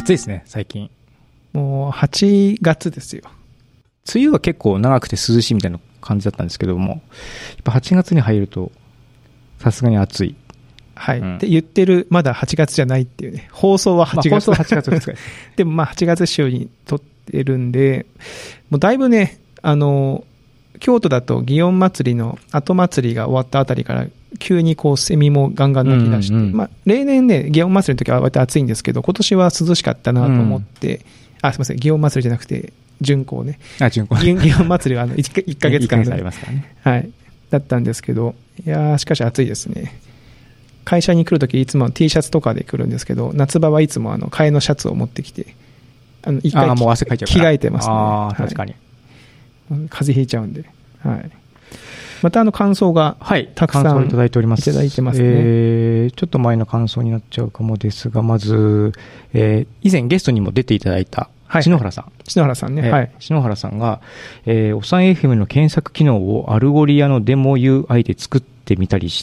暑いですね、最近。 もう8月ですよ。 梅雨は結構長くて涼しいみたいな感じだったんですけども、やっぱ8月に入るとさすがに暑い。 はい、って言ってる、まだ8月じゃないっていうね。放送は8月。 放送は8月2日です。 でもまあ8月週に撮ってるんで、もうだいぶね、京都だと祇園祭りの後祭りが終わったあたりから急にこうセミもガンガン鳴き出して、まあ例年ね、祇園祭りの時は割と暑いんですけど、今年は涼しかったなと思って、すみません、祇園祭りじゃなくて、巡行ね。 巡行。 祇園祭りは1ヶ月間ありますからね。 はい。だったんですけど、いやー、しかし暑いですね。会社に来るときいつも T シャツとかで来るんですけど、夏場はいつも替えのシャツを持ってきて、一回もう汗かいちゃうから着替えてますね。 確かに。 風邪ひいちゃうんで。はい。また感想がたくさん、 感想いただいております。 いただいてますね。 ちょっと前の感想になっちゃうかもですが、まず、以前ゲストにも出ていただいた篠原さん。 篠原さんね。はい。 篠原さんが、おさん FM の検索機能をアルゴリアのデモ UI で作ってみたりして、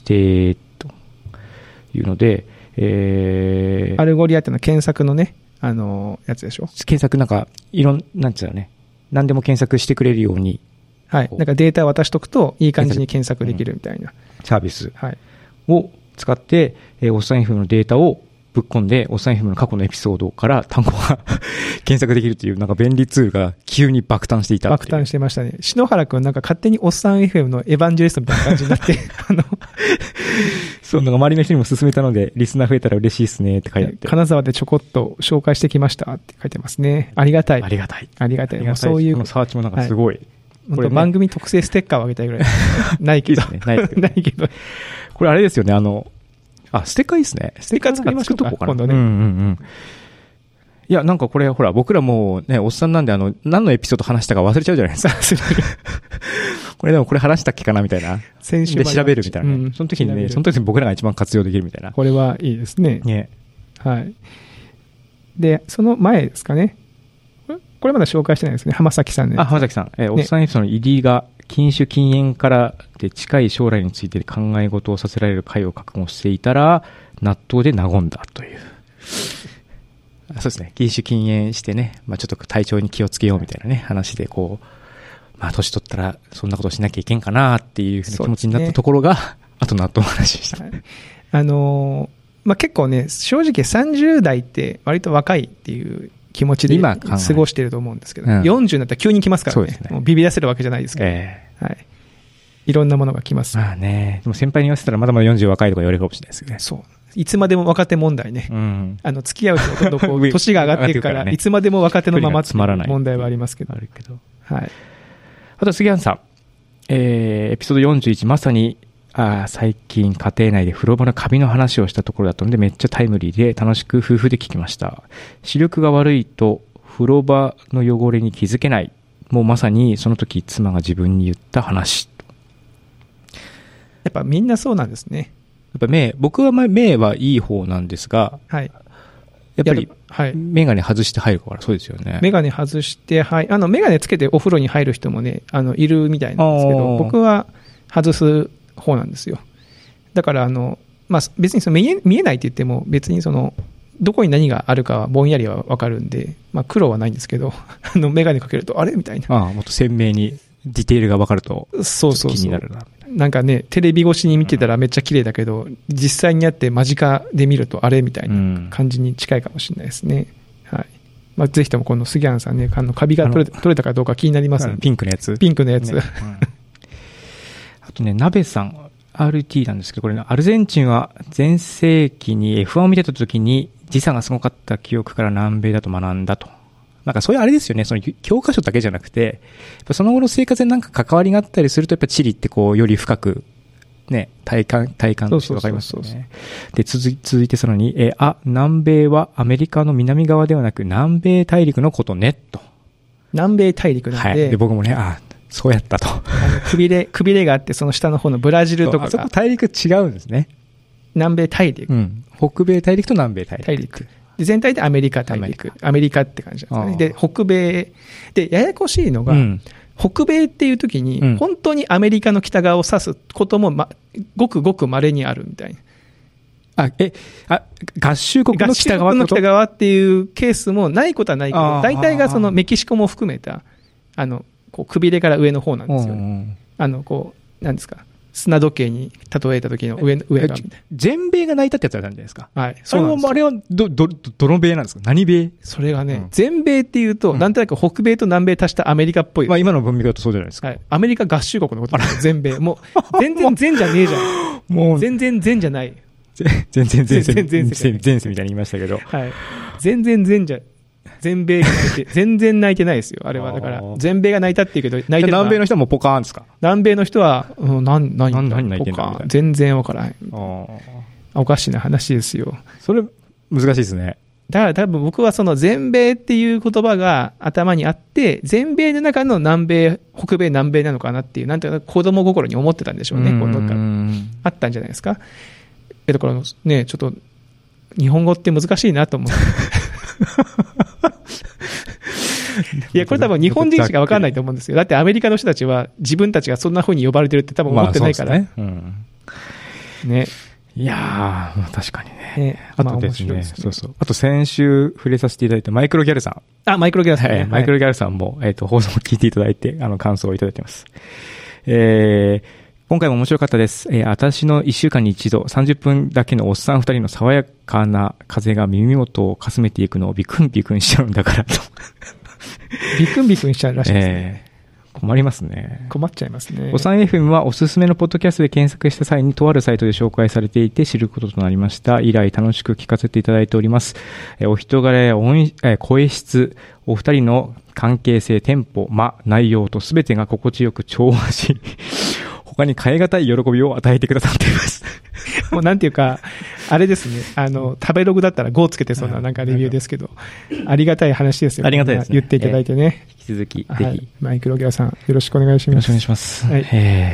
というので、 アルゴリアっていうのは検索のね、やつでしょ。 検索なんか、なんつうのね、何でも検索してくれるように、 はい。なんかデータを渡しとくと、いい感じに検索できるみたいな。 サービスを使って、おっさん FM のデータをぶっ込んで、おっさん FM の過去のエピソードから単語が検索できるという、なんか便利ツールが急に爆誕していた。 爆誕してましたね。篠原くんなんか勝手におっさん FM のエヴァンジェリストみたいな感じになって、 そう、なんか周りの人にも勧めたので、リスナー増えたら嬉しいですねって書いてあって。 金沢でちょこっと紹介してきましたって書いてますね。ありがたい。 ありがたい。 ありがたい。そういう。 このサーチもなんかすごい。 これ番組特製ステッカーをあげたいぐらい。ないけど。ないけど。 これあれですよね、ステッカーいいですね。 ステッカー作りましょうか、今度ね。 いや、なんかこれ、ほら、僕らもね、おっさんなんで、何のエピソード話したか忘れちゃうじゃないですか。これでもこれ話したっけかなみたいな。 先週で調べるみたいなね。その時に僕らが一番活用できるみたいな。 これはいいですね。 ね。 はい。で、その前ですかね。これまだ紹介してないですね。浜崎さんね。 浜崎さん。おっさんエピソードの入りが、禁酒禁煙からで近い将来について考え事をさせられる会を覚悟していたら、納豆で和んだという。そうですね。禁酒禁煙してね、ちょっと体調に気をつけようみたいなね、話で年取ったらそんなことしなきゃいけんかなっていう気持ちになったところが、あと納豆の話でした。 結構ね、正直30代って割と若いっていう気持ちで過ごしてると思うんですけど、40になったら急に来ますからね。もうビビらせるわけじゃないですけど、はい。いろんなものが来ます。 まあね。でも先輩に言わせたらまだまだ40若いとか言われるかもしれないですけどね。 そう。いつまでも若手問題ね。付き合う人ほどこう、年が上がっていくから、いつまでも若手のままっていう問題はありますけど。はい。 あと杉原さん。エピソード41、まさに、最近家庭内で風呂場のカビの話をしたところだったのでめっちゃタイムリーで楽しく夫婦で聞きました。視力が悪いと風呂場の汚れに気づけない。もうまさにその時妻が自分に言った話。 やっぱみんなそうなんですね。 やっぱ僕は目はいい方なんですが、 はい。 やっぱり、メガネ外して入るからそうですよね。 メガネ外して、メガネつけてお風呂に入る人もね、いるみたいなんですけど、僕は外す方なんですよ。だから別に見えないって言っても別にどこに何があるかはぼんやりは分かるんで、苦労はないんですけどメガネかけるとあれみたいな。 もっと鮮明にディテールが分かると気になるな。 なんかね、テレビ越しに見てたらめっちゃ綺麗だけど、実際にやって間近で見るとあれみたいな感じに近いかもしれないですね。はい。ぜひともこの杉原さんね、カビが取れたかどうか気になりますね。 ピンクのやつ。 ピンクのやつ。 あとね、鍋さん、RT なんですけど、これね、アルゼンチンは前世紀に F1 を見てた時に時差がすごかった記憶から南米だと学んだと。なんかそういうあれですよね、その教科書だけじゃなくて、やっぱその後の生活でなんか関わりがあったりすると、やっぱ地理ってより深く、ね、体感としてわかりますよね。で、続いてさらに、南米はアメリカの南側ではなく南米大陸のことね、と。 南米大陸なんで。 で、僕もね、そうやったと。 くびれがあって、その下の方のブラジルとかが。 あそこ大陸違うんですね。 南米大陸。 北米大陸と南米大陸。 で全体でアメリカ大陸。アメリカって感じなんですね。で、北米。で、ややこしいのが、北米っていう時に、本当にアメリカの北側を指すことも、ごくごく稀にあるみたいな。 合衆国の北側ってこと？ 合衆国の北側っていうケースもないことはないけど、大体がそのメキシコも含めた、こう、くびれから上の方なんですよね。こう、なんですか。砂時計に例えた時の上がみたいな。 全米が泣いたってやつあるじゃないですか。 はい。そうなんです。 あれは、どの米なんですか？何米？ それがね、全米っていうと、なんとなく北米と南米足したアメリカっぽい。 まあ今の文脈だとそうじゃないですか。 はい。アメリカ合衆国のことですよ、全米。もう、全然全じゃねえじゃん。もう、全然全じゃない。 全然前世みたいに言いましたけど。 はい。全然全じゃ、全米が泣いて、全然泣いてないですよ、あれは。だから、全米が泣いたっていうけど、泣いてる。 南米の人はもうポカーンですか？ 南米の人は、何泣いてんだみたいな。 全然わからない。おかしな話ですよ。 それ、難しいですね。 だから多分僕はその全米っていう言葉が頭にあって、全米の中の南米、北米、南米なのかなっていう、なんていうか子供心に思ってたんでしょうね。こうなんかあったんじゃないですか。だからね、ちょっと、日本語って難しいなと思って。いや、これ多分日本人しか分かんないと思うんですよ。だってアメリカの人たちは自分たちがそんな風に呼ばれてるって多分思ってないから。ね。ね。 いやー、確かにね。 あとですね、 そうそう。あと先週触れさせていただいたマイクロギャルさん。 マイクロギャルさんね。 マイクロギャルさんも、放送を聞いていただいて、感想をいただいてます。今回も面白かったです。私の1週間に一度30分だけのおっさん2人の爽やかな風が耳元をかすめていくのをビクンビクンしちゃうんだからと。 ビクンビクンしちゃうらしいですね。 困りますね。 困っちゃいますね。 おさん FM はおすすめのポッドキャストで検索した際にとあるサイトで紹介されていて知ることとなりました。以来楽しく聞かせていただいております。お人柄や声質、お二人の関係性、テンポ、内容とすべてが心地よく調和し、他に変え難い喜びを与えてくださっています。 もうなんていうか、あれですね、食べログだったら5つけてそうななんかレビューですけど、ありがたい話ですよ。 ありがたいですね。 言っていただいてね。 引き続き、ぜひ。 マイクロギャルさん、よろしくお願いします。 よろしくお願いします。はい。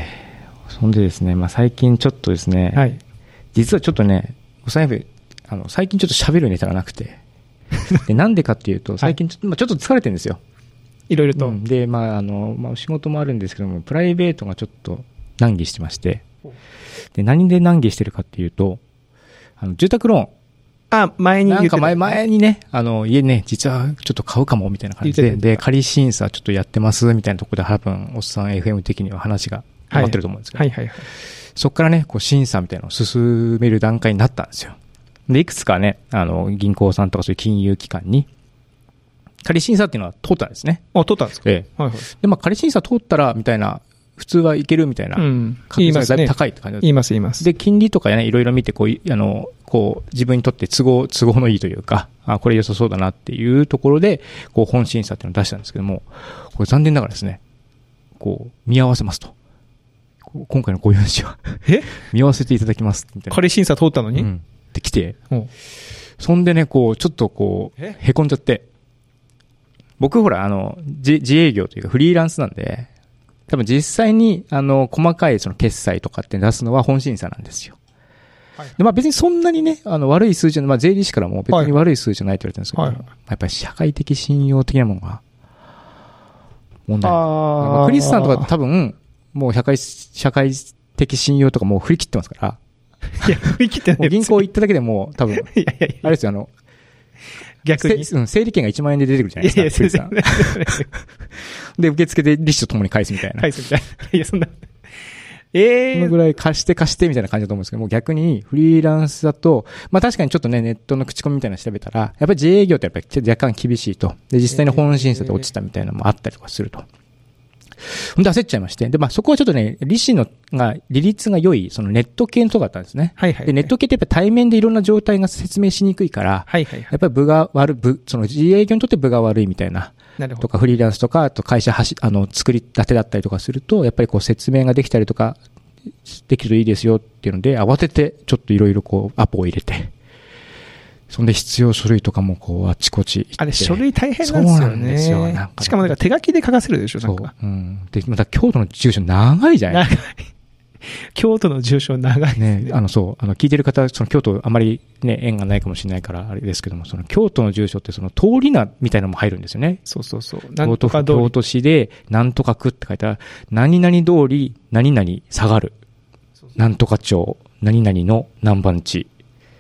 そんでですね、最近ちょっとですね、はい、実はちょっとね、最近ちょっと喋るネタがなくて、でなんでかっていうと、最近ちょっと疲れてるんですよ。 いろいろと。 で、仕事もあるんですけども、プライベートがちょっと難儀してまして、で、何で難儀してるかっていうと、住宅ローン。前に言ってた。なんか前にね、家ね、実はちょっと買うかも、みたいな感じで、で、仮審査ちょっとやってます、みたいなところで、多分、おっさん FM 的には話が上がってると思うんですけど、そこからね、こう、審査みたいなのを進める段階になったんですよ。で、いくつかね、銀行さんとかそういう金融機関に、仮審査っていうのは通ったんですね。 通ったんですか？ で、仮審査通ったら、みたいな、普通はいけるみたいな、 確率がだいぶ高いって感じだった。 言います。 で、金利とかね、いろいろ見て、こう、自分にとって都合のいいというか、これ良さそうだなっていうところで、こう、本審査っていうのを出したんですけども、これ残念ながらですね、こう、見合わせますと。今回のご融資は見合わせていただきますみたいな。 仮審査通ったのに？ って来て、そんでね、こう、ちょっとこう、へこんじゃって、僕ほら、自営業というかフリーランスなんで、多分実際に、細かいその決済とかって出すのは本審査なんですよ。で、別にそんなにね、悪い数字じゃない、税理士からも別に悪い数字じゃないって言われてるんですけど、やっぱり社会的信用的なものが、問題。クリスさんとか多分、もう社会的信用とかもう振り切ってますから。 いや、振り切ってない。 銀行行っただけでも多分、あれですよ、 逆に。 整理券が1万円で出てくるじゃないですか。いやで、受付で利子とともに返すみたいな。 いや、そんな。そのぐらい貸してみたいな感じだと思うんですけども、逆にフリーランスだと、確かにちょっとね、ネットの口コミみたいなの調べたら、やっぱり自営業ってやっぱり若干厳しいと。で、実際の本審査で落ちたみたいなのもあったりとかすると。で、焦っちゃいまして。で、そこはちょっとね、利率が良い、そのネット系のとこだったんですね。で、ネット系ってやっぱ対面でいろんんな状態が説明しにくいから、やっぱりその自営業にとって分が悪いみたいな。とか、フリーランスとか、あと会社作り立てだったりとかすると、やっぱりこう説明ができたりとか、できるといいですよっていうので、慌てて、ちょっといろいろこう、アポを入れて、そんで必要書類とかもこう、あちこち行って。 あれ、書類大変なんですよね。そうなんですよ。しかもなんか手書きで書かせるでしょ、なんか。 で、また京都の住所長いじゃないですか。 京都の住所長いね。聞いてる方、その京都あまりね、縁がないかもしれないから、あれですけども、その京都の住所ってその通り名みたいなのも入るんですよね。 そう。 京都市で、なんとか区って書いたら、何々通り、何々下がる。なんとか町、何々の何番地。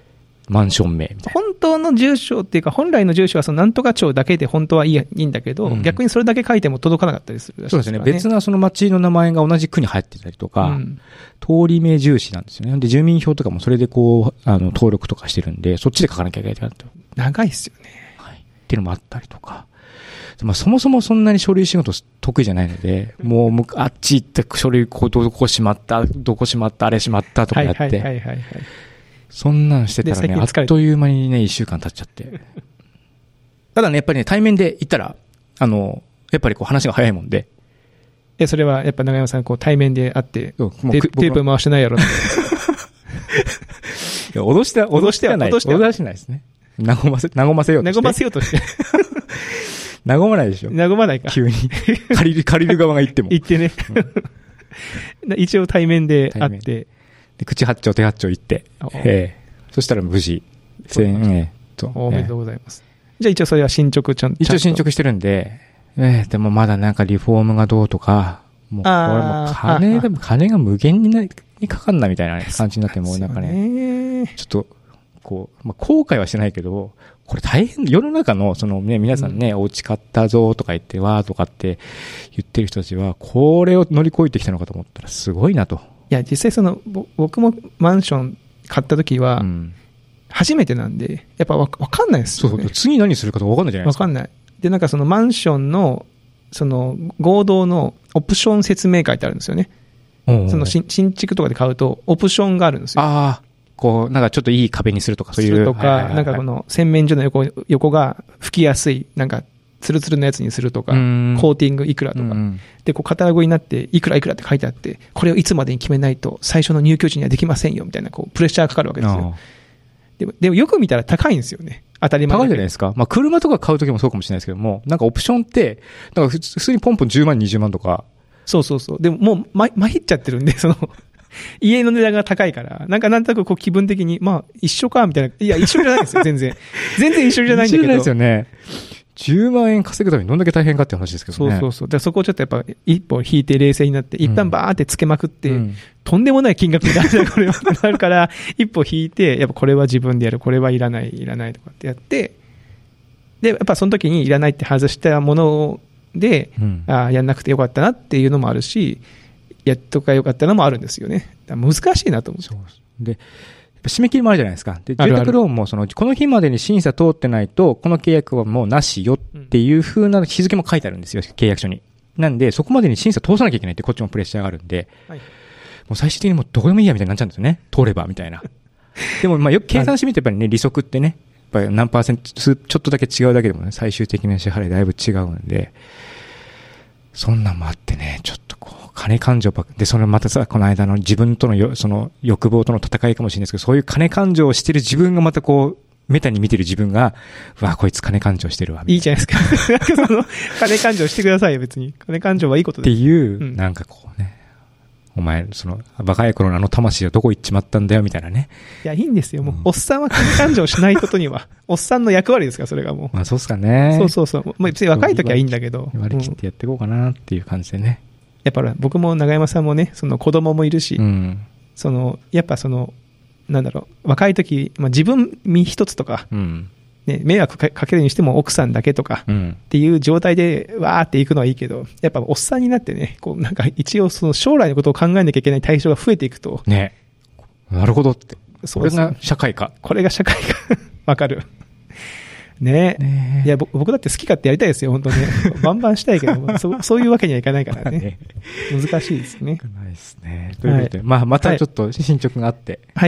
マンション名みたいな。 本当の住所っていうか、本来の住所はそのなんとか町だけで本当はいいんだけど、逆にそれだけ書いても届かなかったりするらしいそうですね。別なその町の名前が同じ区に入ってたりとか、通り名重視なんですよね。で、住民票とかもそれでこう、登録とかしてるんで、そっちで書かなきゃいけないと。 長いっすよね。 はい。っていうのもあったりとか。まあ、そもそもそんなに書類仕事得意じゃないので、もう、あっち行って書類どこしまった、あれしまったとかやって、そんなんしてたらね、あっという間にね、1週間経っちゃって。ただね、やっぱりね、対面で行ったら、やっぱりこう話が早いもんで。 それはやっぱ長山さん、こう対面で会って、テープ回してないやろって。 脅してはないですね。和ませようとして。 和ませようとして。 和まないでしょ。 和まないか。 急に。借りる側が言っても。 言ってね。一応対面で会って。 で口八丁手八丁言って。そしたら無事。 おめでとうございます。じゃあ一応それは進捗一応進捗してるんで、でもまだなんかリフォームがどうとか、もうこれも金が無限にかかんなみたいな感じになって、もうなんかね、ちょっと、こう、後悔はしてないけど、これ大変、世の中の、そのね、皆さんね、お家買ったぞとか言って、わーとかって言ってる人たちは、これを乗り越えてきたのかと思ったら、すごいなと。 いや、実際僕もマンション買った時は、初めてなんで、やっぱわかんないですよね。 そう、次何するかとかわかんないじゃないですか。 わかんない。で、なんかそのマンションの、その合同のオプション説明会ってあるんですよね。その新築とかで買うと、オプションがあるんですよ。 ああ。こう、なんかちょっといい壁にするとか、そういう。 とか、なんかこの洗面所の横が拭きやすい、なんか、ツルツルのやつにするとか、コーティングいくらとか。で、こう、カタログになって、いくらって書いてあって、これをいつまでに決めないと、最初の入居時にはできませんよ、みたいな、こう、プレッシャーがかかるわけですよ。でもよく見たら高いんですよね。当たり前。 高いじゃないですか。まあ、車とか買うときもそうかもしれないですけども、なんかオプションって、なんか普通にポンポン10万、20万とか。 そう。でももう、参っちゃってるんで、家の値段が高いから、なんとなくこう気分的に、まあ、一緒か、みたいな。いや、一緒じゃないですよ、全然。全然一緒じゃないんだけど。一緒じゃないですよね。10万円稼ぐためにどんだけ大変かって話ですけどね。そう。で、そこをちょっとやっぱ、一歩引いて冷静になって、一旦バーってつけまくって、とんでもない金額になるから、一歩引いて、やっぱこれは自分でやる、これはいらないとかってやって、で、やっぱその時にいらないって外したもので、やんなくてよかったなっていうのもあるし、やっとかよかったのもあるんですよね。難しいなと思って。 で、締め切りもあるじゃないですか。で、住宅ローンもこの日までに審査通ってないと、この契約はもうなしよっていう風な日付も書いてあるんですよ、契約書に。なんで、そこまでに審査通さなきゃいけないってこっちもプレッシャーがあるんで、もう最終的にもうどこでもいいやみたいになっちゃうんですよね。通ればみたいな。でもまあよく計算してみてやっぱりね、利息ってね、やっぱり何%、ちょっとだけ違うだけでもね、最終的な支払いだいぶ違うんで、そんなんもあってね、ちょっとこう、金感情で、そのまたさ、この間の自分とのその欲望との戦いかもしれないですけど、そういう金感情をしてる自分がまたこう、メタに見てる自分が、うわ、こいつ金感情してるわ。 いいじゃないですか。その、金感情してくださいよ、別に。金感情はいいことです。 っていう、なんかこうね、お前、その、若い頃のあの魂はどこ行っちまったんだよ、みたいなね。 いや、いいんですよ。もう、おっさんは金感情しないことには、おっさんの役割ですから、それがもう。 まあ、そうっすかね。 そう。まあ、別に若い時はいいんだけど。 割り切ってやっていこうかな、っていう感じでね。 やっぱ僕も長山さんもね、その子供もいるし、その、やっぱその、なんだろう、若い時、まあ、自分身一つとか、ね、迷惑かけるにしても奥さんだけとか、っていう状態でわーっていくのはいいけど、やっぱおっさんになってね、こうなんか一応その将来のことを考えなきゃいけない対象が増えていくと。 ね。なるほどって。それが社会か。 これが社会か。わかる。ね。いや、僕だって好き勝手やりたいですよ、本当ね。バンバンしたいけど、そういうわけにはいかないからね。難しいですね。 ないですね。ということで、まあ、またちょっと進捗があって。 はい。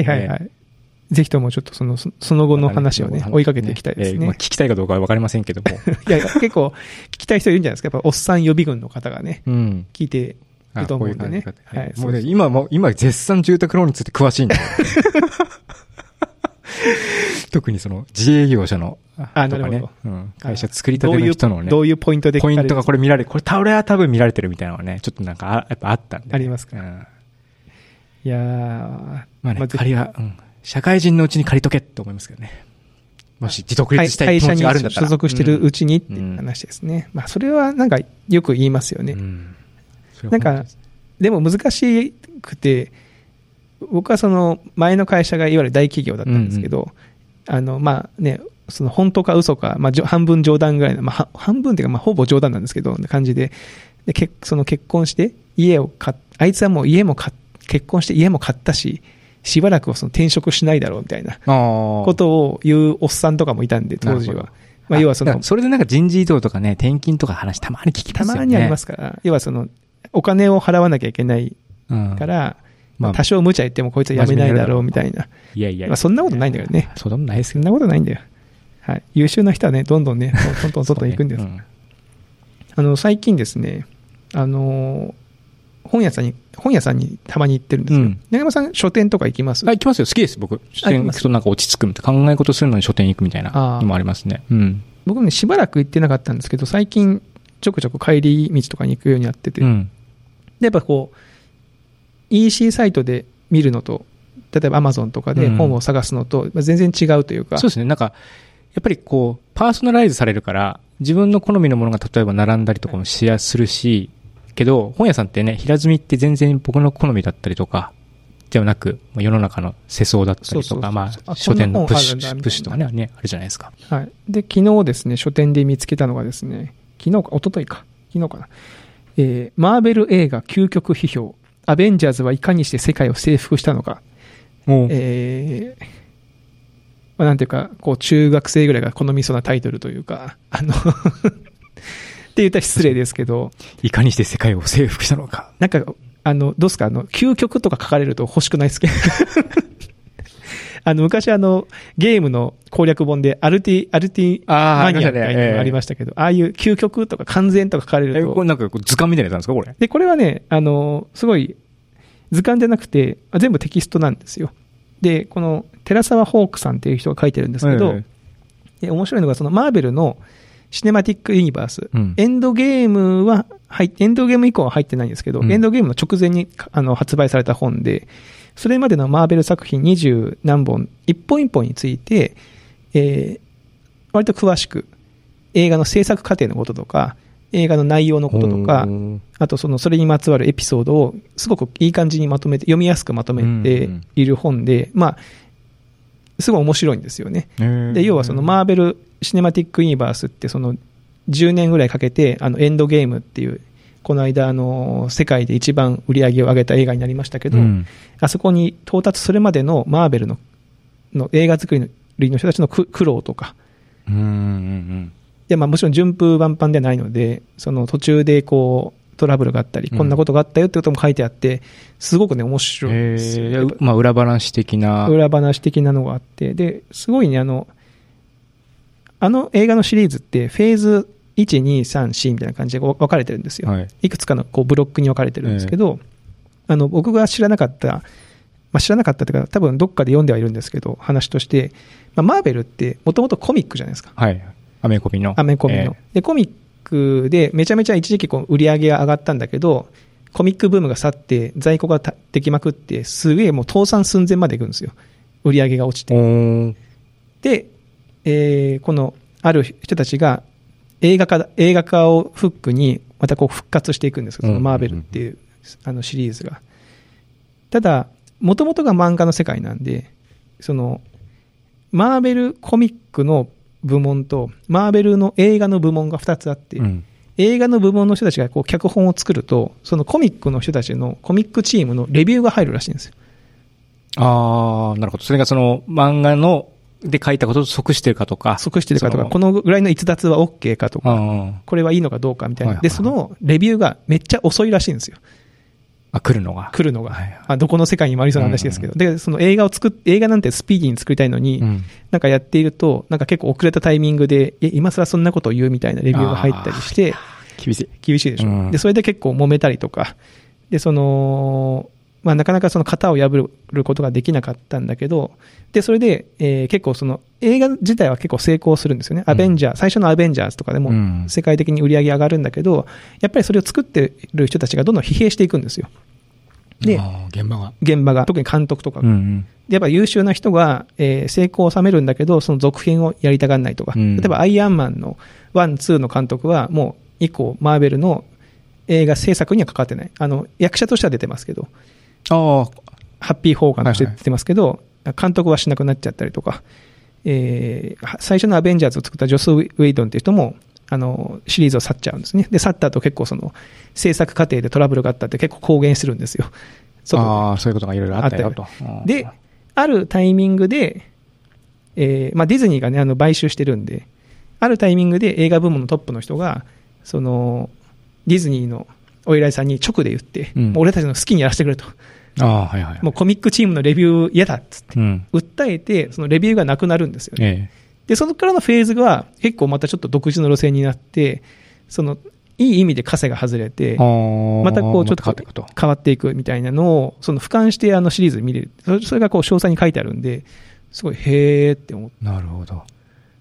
ぜひともちょっとその後の話をね、追いかけていきたいですね。 聞きたいかどうかはわかりませんけども。 いや、結構聞きたい人いるんじゃないですか。やっぱおっさん予備軍の方がね、聞いてると思うんでね。 もうね、今絶賛住宅ローンについて詳しいんだよ。特にその自営業者のとかね、会社作りたての人のね、 どういうポイントでポイントがこれ見られる、これは多分見られてるみたいなのはね、ちょっとなんかやっぱあったんで。 ありますか。いやー、 まあね、借りは、社会人のうちに借りとけって思いますけどね。もし自独立したい気持ちがあるんだったら。 会社に所属してるうちにっていう話ですね。まあそれはなんかよく言いますよね。なんか、でも難しくて、僕はその前の会社がいわゆる大企業だったんですけど、 まあね、その本当か嘘か、まあ半分冗談ぐらいの、まあ半分っていうかまあほぼ冗談なんですけど、感じで、その結婚してあいつはもう結婚して家も買ったし、しばらくはその転職しないだろうみたいなことを言うおっさんとかもいたんで、当時は。まあ要はそれでなんか人事異動とかね、転勤とか話たまに聞きますよね。 たまにありますから、要はその、お金を払わなきゃいけないから、まあ多少無茶言ってもこいつは辞めないだろうみたいな。 いやいや。 まあそんなことないんだよね。 そんなことないですよ。 そんなことないんだよ。はい。優秀な人はね、どんどんね、トントン行くんです。最近ですね、本屋さんにたまに行ってるんですよ。長山さん、書店とか行きます？ 行きますよ。好きです、僕。書店行くとなんか落ち着くみたいな、考え事するのに書店行くみたいなのもありますね。 僕もね、しばらく行ってなかったんですけど、最近、ちょくちょく帰り道とかに行くようになってて、で、やっぱこう、EC サイトで見るのと、例えば Amazon とかで本を探すのと、全然違うというか。 そうですね。なんか、やっぱりこう、パーソナライズされるから、自分の好みのものが例えば並んだりとかもしやするし、けど、本屋さんってね、平積みって全然僕の好みだったりとか、ではなく、世の中の世相だったりとか、まあ、書店のプッシュとかね、あるじゃないですか。 はい。で、昨日ですね、書店で見つけたのがですね、一昨日かな。マーベル映画究極批評、アベンジャーズはいかにして世界を征服したのか。まあ、なんていうか、こう、中学生ぐらいが好みそうなタイトルというか、って言ったら失礼ですけど。 いかにして世界を征服したのか。 なんか、どうすか、究極とか書かれると欲しくないですけど。昔ゲームの攻略本でアルティマニアみたいなのがありましたけど、ああいう究極とか完全とか書かれると。 これなんか図鑑みたいなやつなんですか、これ。 で、これはね、すごい、図鑑じゃなくて、全部テキストなんですよ。で、この、寺沢ホークさんっていう人が書いてるんですけど、面白いのが、そのマーベルのシネマティックユニバース、エンドゲーム以降は入ってないんですけど、エンドゲームの直前に発売された本で、それまでのマーベル作品20何本、一本一本について、割と詳しく映画の制作過程のこととか、映画の内容のこととか、あとそれにまつわるエピソードをすごくいい感じにまとめて、読みやすくまとめている本で、まあ、すごい面白いんですよね。で、要はそのマーベルシネマティックユニバースってその10年ぐらいかけて、エンドゲームっていう、この間世界で一番売り上げを上げた映画になりましたけど、あそこに到達するまでのマーベルの映画作りの人たちの苦労とか、で、まあもちろん順風満帆ではないので、その途中でこうトラブルがあったり、こんなことがあったよってことも書いてあって、すごくね、面白いですよ。 まあ裏話的なのがあって、で、すごいね、映画のシリーズってフェーズ1、2、3、4みたいな感じで分かれてるんですよ。いくつかのこうブロックに分かれてるんですけど、僕が知らなかった、まあ、知らなかったというか、多分どっかで読んではいるんですけど、話として、まあ、マーベルってもともとコミックじゃないですか。 はい。アメコミの。 で、コミックでめちゃめちゃ一時期こう売り上げが上がったんだけど、コミックブームが去って在庫ができまくって、すげえもう倒産寸前までいくんですよ。売り上げが落ちて。で、このある人たちが映画化をフックにまたこう復活していくんですよ。そのマーベルっていうシリーズが。ただ、もともとが漫画の世界なんで、その、マーベルコミックの部門と、マーベルの映画の部門が2つあって、映画の部門の人たちがこう脚本を作ると、そのコミックの人たちのコミックチームのレビューが入るらしいんですよ。 ああ、なるほど。それがその漫画ので書いたことと即してるかとか。 このぐらいの逸脱は OK かとか、これはいいのかどうかみたいな。で、そのレビューがめっちゃ遅いらしいんですよ。 来るのが。 まあ、どこの世界にもありそうな話ですけど。で、その映画なんてスピーディーに作りたいのに、なんかやっていると、なんか結構遅れたタイミングで、今更そんなことを言うみたいなレビューが入ったりして、 厳しいでしょ。で、それで結構揉めたりとか、で、まあ、なかなかその型を破ることができなかったんだけど、で、それで、結構その映画自体は結構成功するんですよね。最初のアベンジャーズとかでも世界的に売り上げ上がるんだけど、やっぱりそれを作ってる人たちがどんどん疲弊していくんですよ。で、現場が、特に監督とかが。で、やっぱ優秀な人が、成功を収めるんだけど、その続編をやりたがらないとか、例えばアイアンマンの1、2の監督はもう以降、マーベルの映画制作には関わってない。役者としては出てますけど、ハッピー・ホーガンとして出てますけど、監督はしなくなっちゃったりとか、 最初のアベンジャーズを作ったジョス・ウェイドンっていう人も、シリーズを去っちゃうんですね。で、去った後結構制作過程でトラブルがあったって結構公言してるんですよ。 ああ、そういうことがいろいろあったよと。 で、あるタイミングで、ディズニーがね、買収してるんで、あるタイミングで映画部門のトップの人が、ディズニーのお偉いさんに直で言って、もう俺たちの好きにやらせてくれと。 はいはい。 もうコミックチームのレビュー嫌だっつって、訴えて、そのレビューがなくなるんですよね。で、そこからのフェーズが結構またちょっと独自の路線になって、いい意味で枷が外れて、またちょっと変わっていくみたいなのを、俯瞰してシリーズ見れる。それが詳細に書いてあるんで、すごいへーって思って。 なるほど。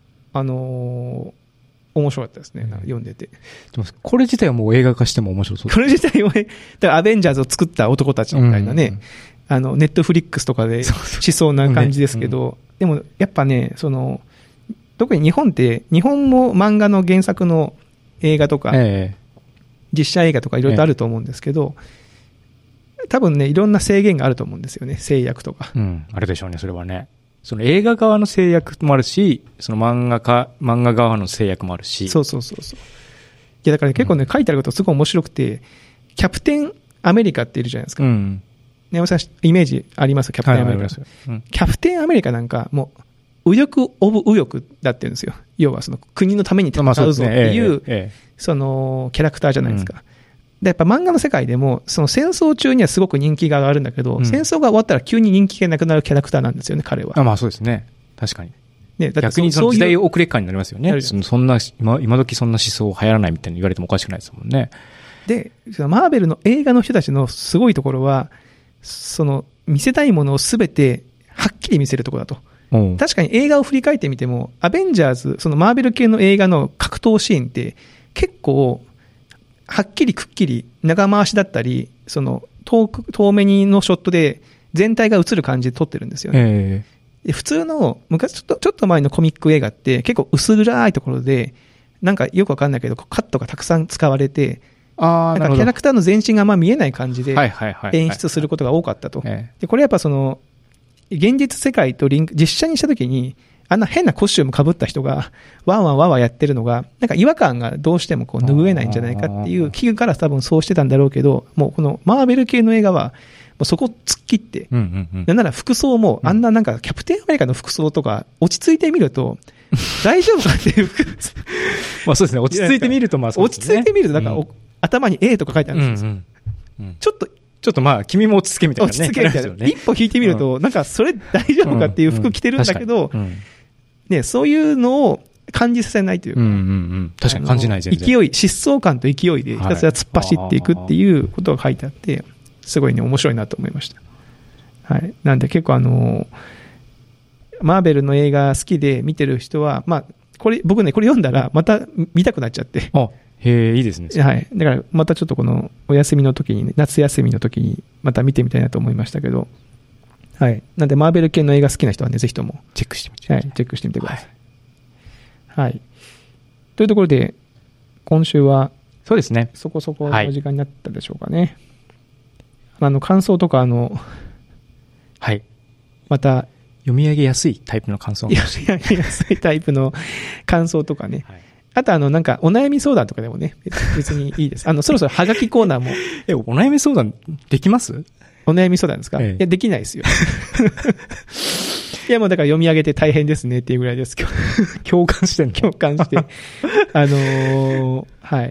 面白かったですね、読んでて。 でもこれ自体はもう映画化しても面白そうです。 これ自体は、だからアベンジャーズを作った男たちみたいなね、ネットフリックスとかでしそうな感じですけど、でもやっぱね、特に日本も漫画の原作の映画とか、実写映画とかいろいろあると思うんですけど、多分ね、いろんな制限があると思うんですよね、制約とか。 あるでしょうね、それはね。映画側の制約もあるし、漫画側の制約もあるし。 そう。いや、だから、結構ね、書いてあることすごい面白くて、キャプテンアメリカっているじゃないですか。ね、山さん、イメージありますキャプテンアメリカ。キャプテンアメリカなんか、もう、右翼オブ右翼だって言うんですよ。要は、国のために戦うぞっていう、キャラクターじゃないですか。で、やっぱ漫画の世界でも、戦争中にはすごく人気があるんだけど、戦争が終わったら急に人気がなくなるキャラクターなんですよね、彼は。 まあそうですね。確かに。ね、だって逆に時代遅れ感になりますよね。今時そんな思想流行らないみたいに言われてもおかしくないですもんね。 で、マーベルの映画の人たちのすごいところは、見せたいものをすべてはっきり見せるところだと。確かに映画を振り返ってみても、アベンジャーズ、マーベル系の映画の格闘シーンって結構、はっきりくっきり長回しだったり、遠目にのショットで全体が映る感じで撮ってるんですよね。で普通の昔ちょっと前のコミック映画って結構薄暗いところで、なんかよくわかんないけどカットがたくさん使われて、なんかキャラクターの全身があんま見えない感じで演出することが多かったと。でこれやっぱ現実世界と実写にしたときに、あんな変なコスチューム被った人がワンワンやってるのが、なんか違和感がどうしても拭えないんじゃないかっていう危惧から多分そうしてたんだろうけど、もうこのマーベル系の映画は、もうそこ突っ切って、なんなら服装もあんななんかキャプテンアメリカの服装とか落ち着いてみると、大丈夫かっていう。 まあそうですね、落ち着いてみると落ち着いてみるとなんか、頭に A とか書いてあるんですよ。 ちょっとまあ、君も落ち着けみたいなね。 落ち着けみたいな。一歩引いてみると、なんかそれ大丈夫かっていう服着てるんだけど、ね、そういうのを感じさせないというか、 確かに感じない全然。 疾走感と勢いでひたすら突っ走っていくっていうことが書いてあって、すごいね、面白いなと思いました。はい。なんで結構マーベルの映画好きで見てる人は、まあ、僕ね、これ読んだらまた見たくなっちゃって。 いいですね。 はい。だからまたちょっとこのお休みの時にね、夏休みの時にまた見てみたいなと思いましたけど、はい。なんで、マーベル系の映画好きな人はね、ぜひとも。 チェックしてみて。 はい。チェックしてみてください。はい。というところで、今週は、 そうですね。 そこそこの時間になったでしょうかね。感想とか、 はい。 また、 読み上げやすいタイプの感想読み上げやすいタイプの感想とかね。あと、なんか、お悩み相談とかでもね、別にいいです。そろそろハガキコーナーも。 お悩み相談できます？ お悩み相談ですか？いや、できないですよ。いや、もうだから読み上げて大変ですねっていうぐらいですけど。 共感して。 はい。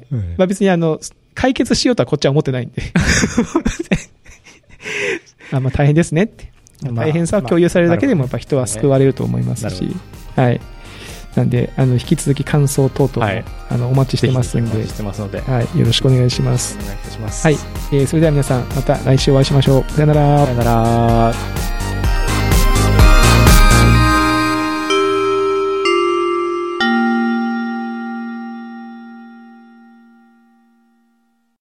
まあ別に解決しようとはこっちは思ってないんで。まあ大変ですねって。大変さを共有されるだけでもやっぱ人は救われると思いますし。はい。なんで、引き続き感想等々も、お待ちしてますんで、はい、よろしくお願いします。 お願いいたします。 はい。それでは皆さん、また来週お会いしましょう。さよなら。 さよなら。